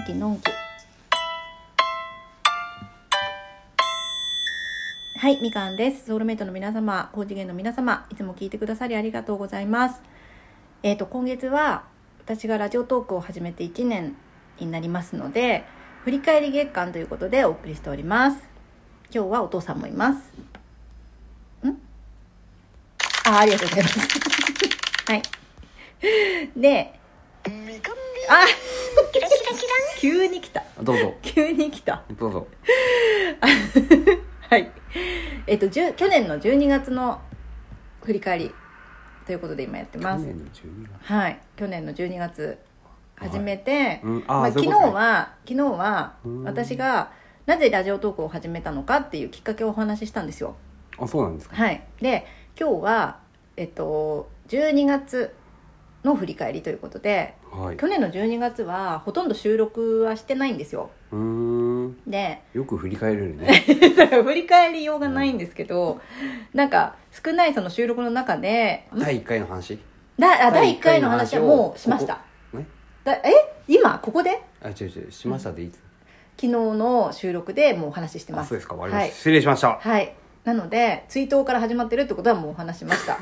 きのんき。はい、みかんです。ソウルメイトの皆様、高次元の皆様、いつも聞いてくださりありがとうございます。今月は私がラジオトークを始めて1年になりますので、振り返り月間ということでお送りしております。今日はお父さんもいます。ありがとうございます。はい。で、急に来た。 どうぞ。 急に来た。 どうぞ。 はい。去年の12月の振り返りということで今やってます。 去年の12月。 はい。去年の12月始めて、 昨日は私がなぜラジオトークを始めたのかっていうきっかけをお話ししたんですよ。 あ、そうなんですか。 はい。で、今日は12月の振り返りということで、 はい、 去年の12月はほとんど収録はしてないんですよ。で、 よく振り返れるね。 だから振り返りようがないんですけど、なんか少ないその収録の中で第1回の話第1回の話はもうしました。今ここで違うしましたでいつ、 昨日の収録でもうお話ししてます。 そうですか、終わりました、失礼しました。 はい。なので追悼から始まってるってことはもうお話しました。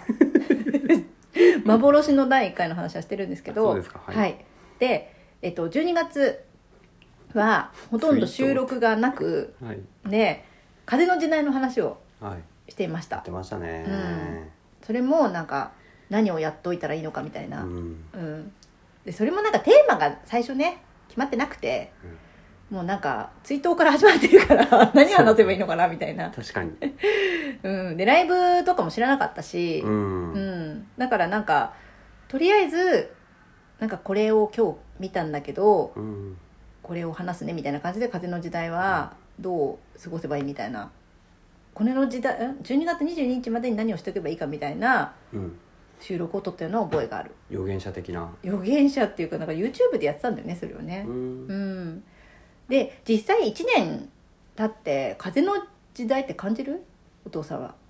幻の第1回の話はしてるんですけど、 そうですか、 はい。で、12月はほとんど収録がなく、 はい、 で風の時代の話をしていました。 言ってましたね、 それもなんか何をやっといたらいいのかみたいな、でそれもなんかテーマが最初ね決まってなくて、もうなんか追悼から始まってるから何話せばいいのかなみたいな。 確かに、 でライブとかも知らなかったし、だからなんかとりあえずなんかこれを今日見たんだけど、これを話すねみたいな感じで風の時代はどう過ごせばいいみたいな、これの時代12月22日までに何をしておけばいいかみたいな収録を撮ったような覚えがある。 預言者的な、 預言者っていうかなんか YouTube でやってたんだよね、それをね。で実際1年経って風の時代って感じる？お父さんは。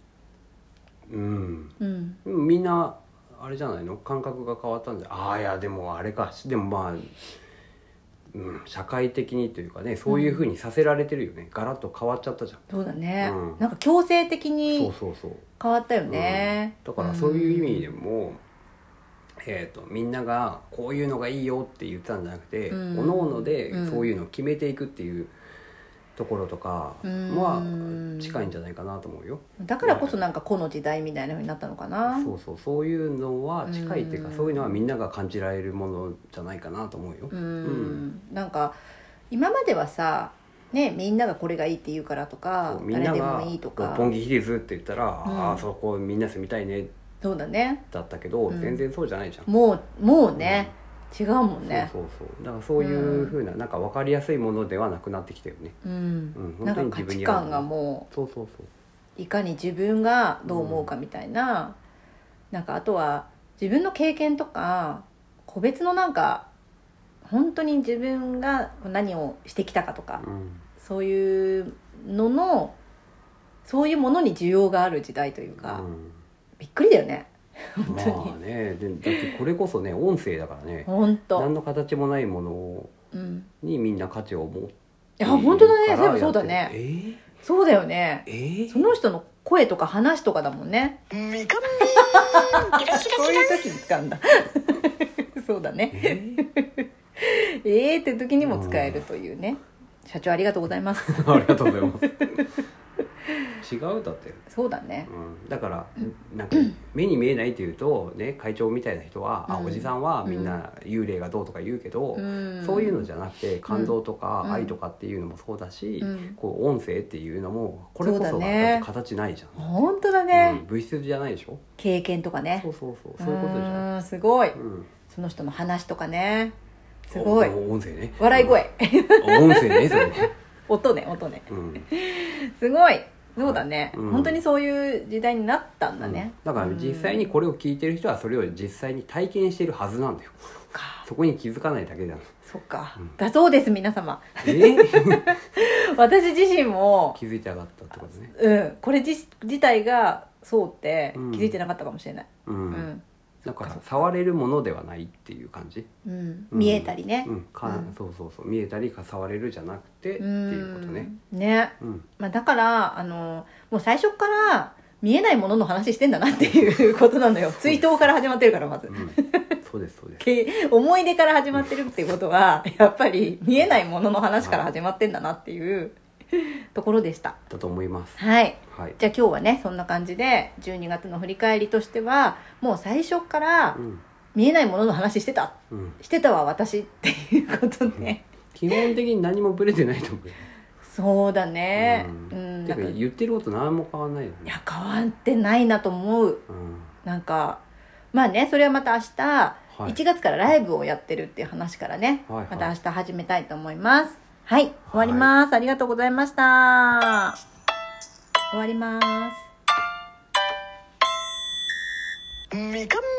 みんなあれじゃないの、感覚が変わったんで、いやでもあれか、でもまあ、社会的にというかね、そういう風にさせられてるよね、ガラッと変わっちゃったじゃん。 そうだね、なんか強制的に変わったよね。 だからそういう意味でも、みんながこういうのがいいよって言ったんじゃなくて、各々でそういうのを決めていくっていうところとかは近いんじゃないかなと思うよ。 だからこそなんか個の時代みたいな風になったのかな。 そういうのは近いっていうか、そういうのはみんなが感じられるものじゃないかなと思うよ。 なんか今まではさね、みんながこれがいいって言うからとか、誰でもいいとか、 六本木ヒルズって言ったら、そこみんな住みたいね、 そうだね、 だったけど、全然そうじゃないじゃん。 もうね、違うもんね。 だからそういう風な、なんか分かりやすいものではなくなってきたよね。 なんか価値観がもういかに自分がどう思うかみたいな、なんかあとは自分の経験とか個別のなんか本当に自分が何をしてきたかとか、そういうののそういうものに需要がある時代というか、びっくりだよね。本当に。 まあね、だってこれこそね、音声だからね。 本当。 何の形もないものにみんな価値を持って。 いや本当だね。そうだね。そうだよね。その人の声とか話とかだもんね。そういう時に使うんだ。そうだね。って時にも使えるというね。社長ありがとうございます。 ありがとうございます。違うだって。 そうだね、 だからなんか目に見えないっていうとね、会長みたいな人は、おじさんはみんな幽霊がどうとか言うけど、そういうのじゃなくて感動とか愛とかっていうのもそうだし、こう音声っていうのもこれこそがだって形ないじゃん。 本当だね、 物質じゃないでしょ。 経験とかね。 そういうことじゃん。 すごい、その人の話とかね、すごい。 音声ね、 笑い声、 音声ね、それね。 音ね、すごい。そうだね、本当にそういう時代になったんだね、 だから実際にこれを聞いてる人はそれを実際に体験してるはずなんだよ。そこに気づかないだけじゃん。 そっか、だそうです皆様。私自身も気づいてなかったってことね。 これ自体がそうって気づいてなかったかもしれない。 だから触れるものではないっていう感じ、 見えたりね、 そうそうそう、見えたりか触れるじゃなくてっていうことね。 だからもう最初から見えないものの話してんだなっていうことなのよ。追悼から始まってるからまず、 そうですそうです。 思い出から始まってるっていうことはやっぱり見えないものの話から始まってんだなっていうところでした。 だと思います。 はい。じゃあ今日はねそんな感じで12月の振り返りとしてはもう最初から見えないものの話してた、してたわ私っていうことで、 基本的に何もブレてないと思う。 そうだね。 てか言ってること何も変わんないよね。 いや変わってないなと思う。なんかまあねそれはまた明日、1月からライブをやってるっていう話からね、また明日始めたいと思います。はい、終わります。ありがとうございました。終わります。